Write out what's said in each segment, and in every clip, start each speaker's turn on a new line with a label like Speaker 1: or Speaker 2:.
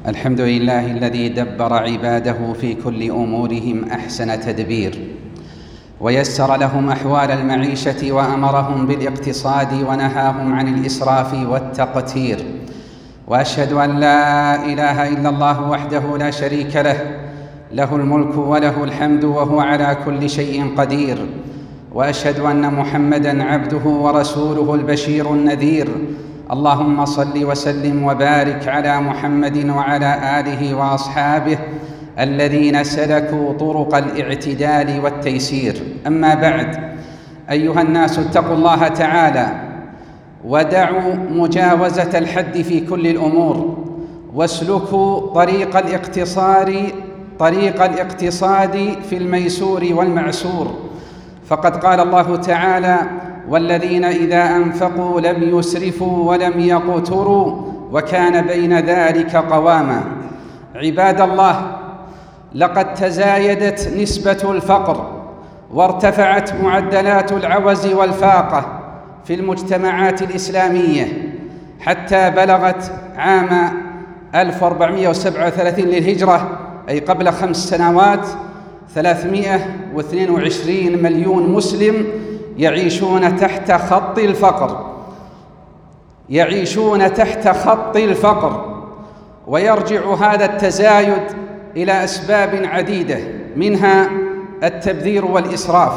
Speaker 1: الحمد لله الذي دبر عباده في كل أمورهم أحسن تدبير، ويسر لهم أحوال المعيشة، وأمرهم بالاقتصاد ونهاهم عن الإسراف والتقتير. وأشهد أن لا إله إلا الله وحده لا شريك له، له الملك وله الحمد وهو على كل شيء قدير. وأشهد أن محمدًا عبده ورسوله البشير النذير. اللهم صل وسلم وبارك على محمد وعلى آله وأصحابه الذين سلكوا طرق الاعتدال والتيسير. أما بعد، أيها الناس، اتقوا الله تعالى ودعوا مجاوزة الحد في كل الأمور، واسلكوا طريق الاقتصاد في الميسور والمعسور. فقد قال الله تعالى: والذين إذا أنفقوا لم يسرفوا ولم يقتروا وكان بين ذلك قواما. عباد الله، لقد تزايدت نسبة الفقر وارتفعت معدلات العوز والفاقة في المجتمعات الإسلامية، حتى بلغت عام 1437 للهجرة، أي قبل 5 سنوات، 322 مليون مسلم يعيشون تحت خط الفقر. ويرجع هذا التزايد إلى أسباب عديدة، منها التبذير والإسراف.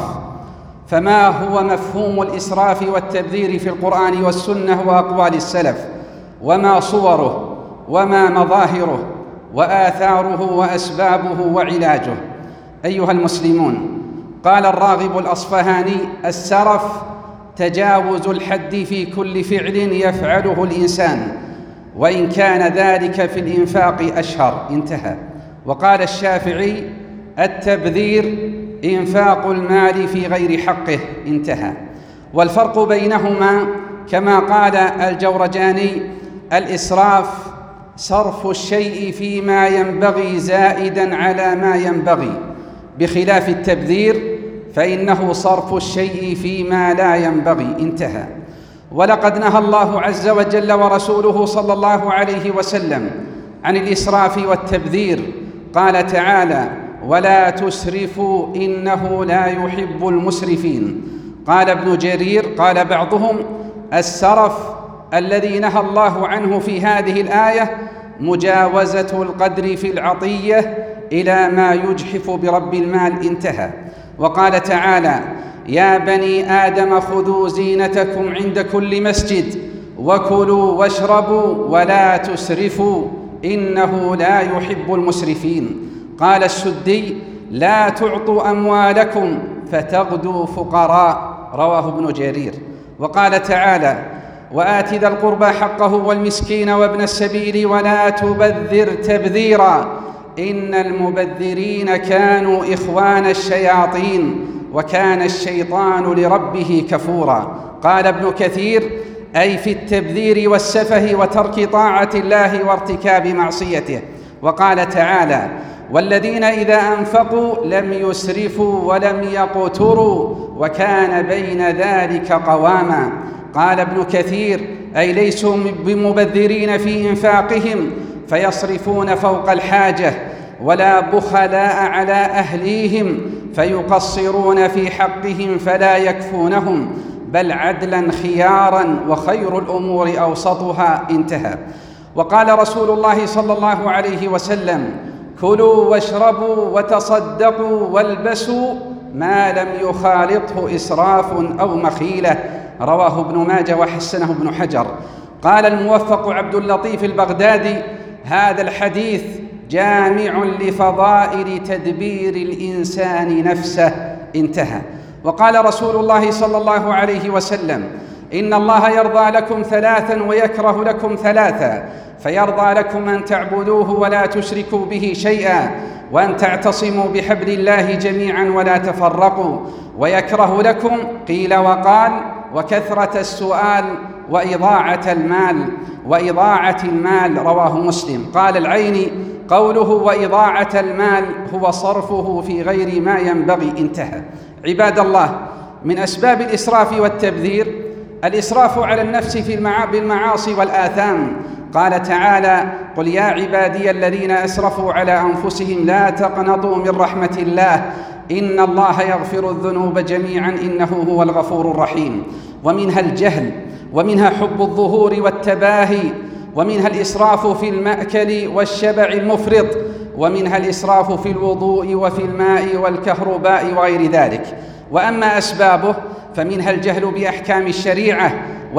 Speaker 1: فما هو مفهوم الإسراف والتبذير في القرآن والسنة وأقوال السلف؟ وما صوره وما مظاهره وآثاره وأسبابه وعلاجه؟ أيها المسلمون، قال الراغب الأصفهاني: السرف تجاوز الحد في كل فعل يفعله الإنسان، وإن كان ذلك في الإنفاق أشهر. انتهى. وقال الشافعي: التبذير إنفاق المال في غير حقه. انتهى. والفرق بينهما كما قال الجورجاني: الإسراف صرف الشيء فيما ينبغي زائداً على ما ينبغي، بخلاف التبذير فإنه صرف الشيء فيما لا ينبغي. انتهى. ولقد نهى الله عز وجل ورسوله صلى الله عليه وسلم عن الإسراف والتبذير. قال تعالى: ولا تسرفوا إنه لا يحب المسرفين. قال ابن جرير: قال بعضهم: السرف الذي نهى الله عنه في هذه الآية مجاوزة القدر في العطية إلى ما يجحف برب المال. انتهى. وقال تعالى: يا بني آدم خذوا زينتكم عند كل مسجد وكلوا واشربوا ولا تسرفوا إنه لا يحب المسرفين. قال السدي: لا تعطوا أموالكم فتغدوا فقراء. رواه ابن جرير. وقال تعالى: وآت ذا القربى حقه والمسكين وابن السبيل ولا تبذر تبذيرا إن المبذرين كانوا إخوان الشياطين وكان الشيطان لربه كفورا. قال ابن كثير: أي في التبذير والسفه وترك طاعة الله وارتكاب معصيته. وقال تعالى: والذين إذا أنفقوا لم يسرفوا ولم يقتروا وكان بين ذلك قواما. قال ابن كثير: أي ليسوا بمبذرين في إنفاقهم فيصرفون فوق الحاجة، ولا بخلاء على أهليهم فيقصرون في حقهم فلا يكفونهم، بل عدلا خيارا وخير الأمور أوسطها. انتهى. وقال رسول الله صلى الله عليه وسلم: كلوا واشربوا وتصدقوا والبسوا ما لم يخالطه إسراف أو مخيلة. رواه ابن ماجه وحسنه ابن حجر. قال الموفق عبد اللطيف البغدادي: هذا الحديث جامع لفضائل تدبير الإنسان نفسه. انتهى. وقال رسول الله صلى الله عليه وسلم: إن الله يرضى لكم 3 ويكره لكم 3، فيرضى لكم أن تعبدوه ولا تشركوا به شيئا، وأن تعتصموا بحبل الله جميعا ولا تفرقوا، ويكره لكم قيل وقال وكثرة السؤال وإضاعة المال. رواه مسلم. قال العيني: قوله وإضاعة المال هو صرفه في غير ما ينبغي. انتهى. عباد الله، من أسباب الإسراف والتبذير الإسراف على النفس بالمعاصي والآثام. قال تعالى: قل يا عبادي الذين أسرفوا على أنفسهم لا تقنطوا من رحمة الله إن الله يغفر الذنوب جميعا إنه هو الغفور الرحيم. ومنها الجهل، ومنها حب الظهور والتباهي، ومنها الإسراف في المأكل والشبع المفرط، ومنها الإسراف في الوضوء وفي الماء والكهرباء وغير ذلك. وأما أسبابه فمنها الجهل بأحكام الشريعة،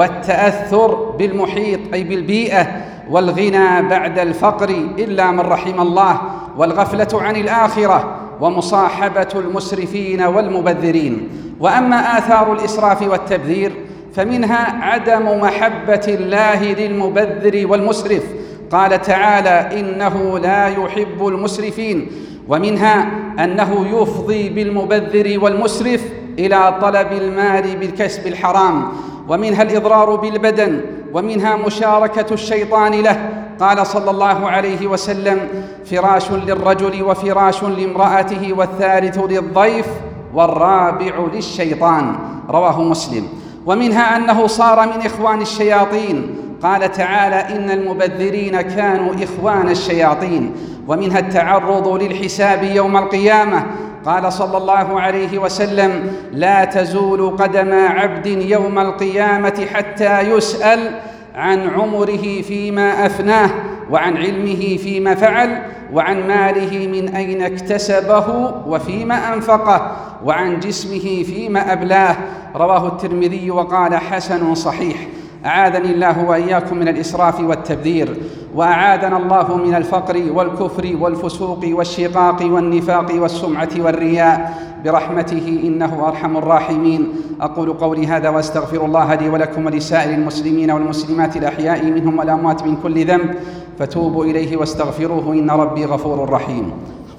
Speaker 1: والتأثر بالمحيط أي بالبيئة، والغنى بعد الفقر إلا من رحم الله، والغفلة عن الآخرة، ومصاحبة المسرفين والمبذرين. وأما آثار الإسراف والتبذير فمنها عدم محبة الله للمبذر والمسرف، قال تعالى: إنه لا يحب المسرفين. ومنها أنه يفضي بالمبذر والمسرف إلى طلب المال بالكسب الحرام. ومنها الإضرار بالبدن، ومنها مشاركة الشيطان له. قال صلى الله عليه وسلم: فراش للرجل وفراش لامرأته والثالث للضيف والرابع للشيطان، رواه مسلم. ومنها أنه صار من إخوان الشياطين، قال تعالى: إن المبذرين كانوا إخوان الشياطين. ومنها التعرض للحساب يوم القيامة، قال صلى الله عليه وسلم: لا تزول قدم عبد يوم القيامة حتى يسأل عن عمره فيما أفناه، وعن علمه فيما فعل، وعن ماله من أين اكتسبه وفيما أنفقه، وعن جسمه فيما أبلاه، رواه الترمذي وقال: حسن صحيح. أعاذني الله وإياكم من الإسراف والتبذير، وأعاذنا الله من الفقر والكفر والفسوق والشقاق والنفاق والسمعة والرياء برحمته إنه أرحم الراحمين. أقول قولي هذا وأستغفر الله لي ولكم ولسائر المسلمين والمسلمات الأحياء منهم والأموات من كل ذنب، فتوبوا إليه واستغفروه إن ربي غفور رحيم.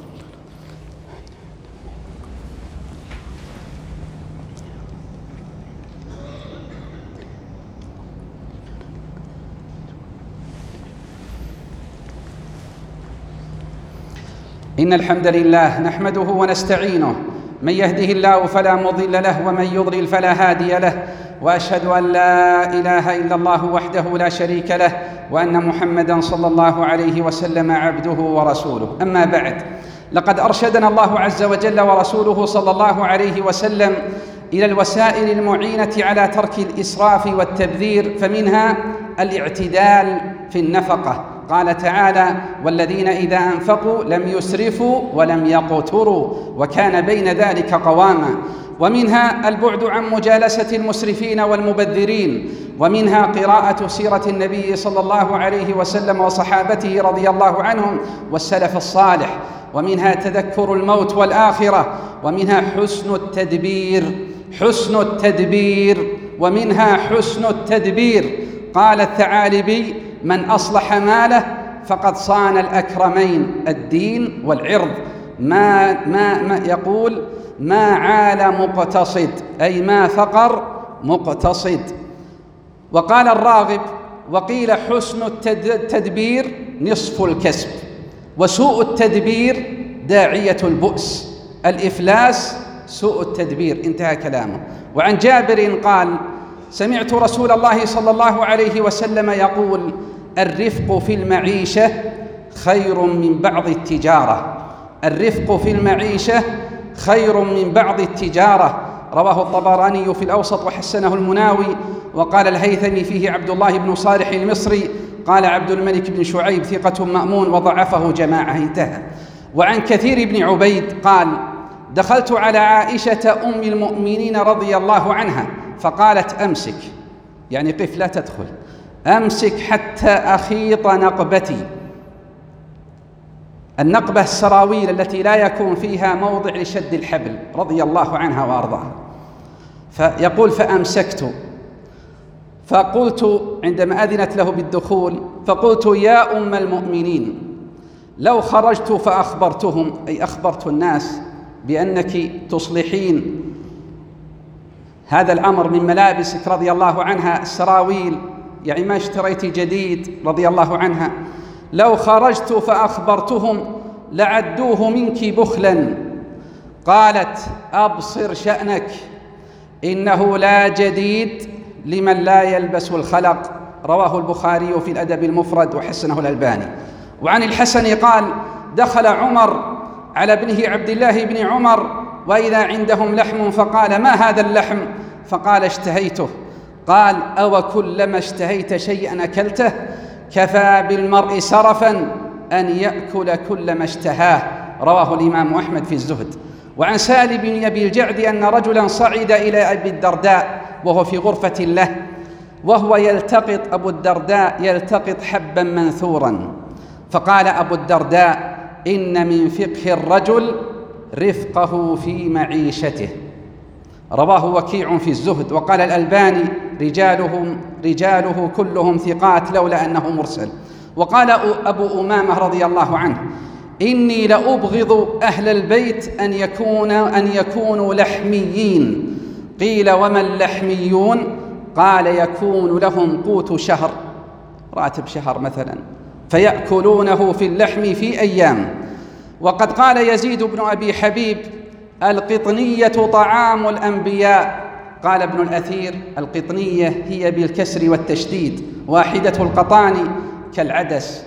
Speaker 1: إن الحمد لله نحمده ونستعينه، من يهده الله فلا مضل له ومن يضلل فلا هادي له، وأشهد أن لا إله إلا الله وحده لا شريك له، وأن محمدًا صلى الله عليه وسلم عبده ورسوله. أما بعد، لقد أرشدنا الله عز وجل ورسوله صلى الله عليه وسلم إلى الوسائل المعينة على ترك الإسراف والتبذير، فمنها الاعتدال في النفقة. قال تعالى: والذين إذا أنفقوا لم يسرفوا ولم يقتروا وكان بين ذلك قواما. ومنها البعد عن مجالسة المسرفين والمبذرين. ومنها قراءة سيرة النبي صلى الله عليه وسلم وصحابته رضي الله عنهم والسلف الصالح. ومنها تذكر الموت والآخرة. ومنها حسن التدبير ومنها حسن التدبير. قال الثعالبي: من أصلح ماله فقد صان الأكرمين الدين والعرض. يقول: ما عال مقتصد، أي ما فقر مقتصد. وقال الراغب: وقيل حسن التدبير نصف الكسب، وسوء التدبير داعية البؤس، الإفلاس سوء التدبير. انتهى كلامه. وعن جابر قال: سمعت رسول الله صلى الله عليه وسلم يقول: الرفق في المعيشة خير من بعض التجارة. الرفق في المعيشة خير من بعض التجارة، رواه الطبراني في الأوسط وحسنه المناوي. وقال الهيثمي فيه عبد الله بن صالح المصري، قال عبد الملك بن شعيب ثقة مأمون وضعفه جماعة. انتهى. وعن كثير بن عبيد قال: دخلت على عائشة أم المؤمنين رضي الله عنها فقالت: أمسك، يعني قف لا تدخل، أمسك حتى أخيط نقبتي. النقبة السراويل التي لا يكون فيها موضع لشد الحبل، رضي الله عنها وأرضاها. فيقول: فأمسكت، فقلت عندما أذنت له بالدخول، فقلت: يا أم المؤمنين، لو خرجت فأخبرتهم، أي أخبرت الناس بأنك تصلحين هذا الأمر من ملابسك رضي الله عنها السراويل، يعني ما اشتريت جديد رضي الله عنها، لو خرجت فأخبرتهم لعدوه منك بخلا. قالت: أبصر شأنك، إنه لا جديد لمن لا يلبس الخلق. رواه البخاري في الأدب المفرد وحسنه الألباني. وعن الحسن قال: دخل عمر على ابنه عبد الله بن عمر وإذا عندهم لحم فقال: ما هذا اللحم؟ فقال: اشتهيته. قال: أو كلما اشتهيت شيئا أكلته؟ كفى بالمرء سرفا أن يأكل كل ما اشتهاه. رواه الإمام أحمد في الزهد. وعن سالم بن أبي الجعد أن رجلا صعد إلى أبي الدرداء وهو في غرفة له، وهو أبو الدرداء يلتقط حبا منثورا، فقال أبو الدرداء: إن من فقه الرجل رفقه في معيشته. رواه وكيع في الزهد. وقال الألباني: رجاله كلهم ثقات لولا أنه مرسل. وقال أبو أمامة رضي الله عنه: إني لأبغض أهل البيت أن يكونوا لحميين. قيل: وما اللحميون؟ قال: يكون لهم قوت شهر، راتب شهر مثلا، فيأكلونه في اللحم في أيام. وقد قال يزيد بن أبي حبيب: القطنية طعام الأنبياء. قال ابن الأثير: القطنية هي بالكسر والتشديد، واحدة القطان كالعدس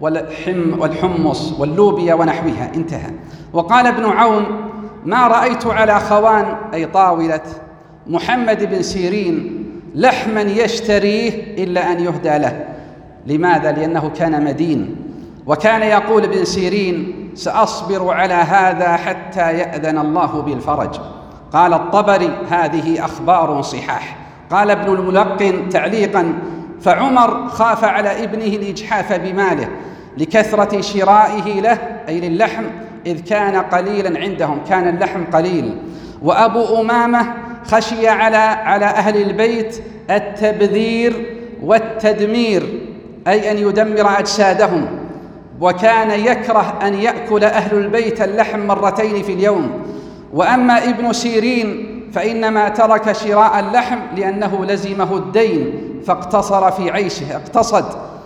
Speaker 1: والحمص واللوبيا ونحوها. انتهى. وقال ابن عون: ما رأيت على خوان، أي طاولة محمد بن سيرين، لحما يشتريه إلا أن يهدى له. لماذا؟ لأنه كان مدين. وكان يقول ابن سيرين: سأصبر على هذا حتى يأذن الله بالفرج. قال الطبري: هذه أخبار صحاح. قال ابن الملقن تعليقا: فعمر خاف على ابنه الإجحاف بماله لكثرة شرائه له، أي للحم، إذ كان قليلا عندهم، كان اللحم قليل. وأبو أمامة خشي على أهل البيت التبذير والتدمير، أي أن يدمر أجسادهم، وكان يكره أن يأكل أهل البيت اللحم مرتين في اليوم. وأما ابن سيرين فإنما ترك شراء اللحم لأنه لزمه الدين فاقتصر في عيشه، اقتصد،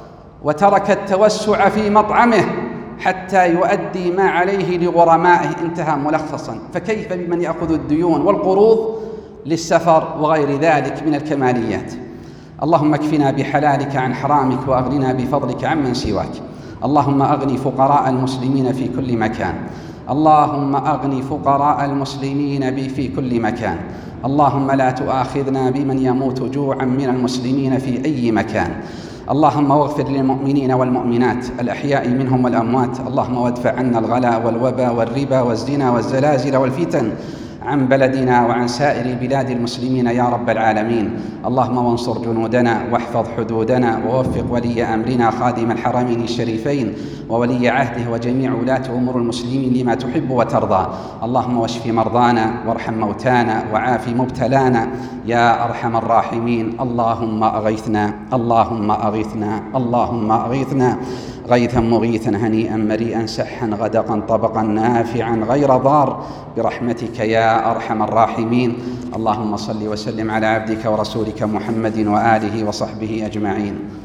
Speaker 1: وترك التوسع في مطعمه حتى يؤدي ما عليه لغرمائه. انتهى ملخصا. فكيف بمن يأخذ الديون والقروض للسفر وغير ذلك من الكماليات؟ اللهم اكفنا بحلالك عن حرامك وأغننا بفضلك عمن سواك. اللهم أغنِ فقراء المسلمين في كل مكان. اللهم أغنِ فقراء المسلمين في كل مكان. اللهم لا تؤاخذنا بمن يموت جوعا من المسلمين في أي مكان. اللهم واغفر للمؤمنين والمؤمنات الأحياء منهم والأموات. اللهم وادفع عنا الغلاء والوباء والربا والزنا والزلازل والفتن عن بلدنا وعن سائر بلاد المسلمين يا رب العالمين. اللهم وانصر جنودنا واحفظ حدودنا ووفق ولي أمرنا خادم الحرمين الشريفين وولي عهده وجميع ولاة أمور المسلمين لما تحب وترضى. اللهم واشف مرضانا وارحم موتانا وعاف مبتلانا يا أرحم الراحمين. اللهم أغيثنا، اللهم أغيثنا، اللهم أغيثنا غيثا مغيثا هنيئا مريئا سحا غدقا طبقا نافعا غير ضار برحمتك يا أرحم الراحمين. اللهم صل وسلم على عبدك ورسولك محمد وآله وصحبه أجمعين.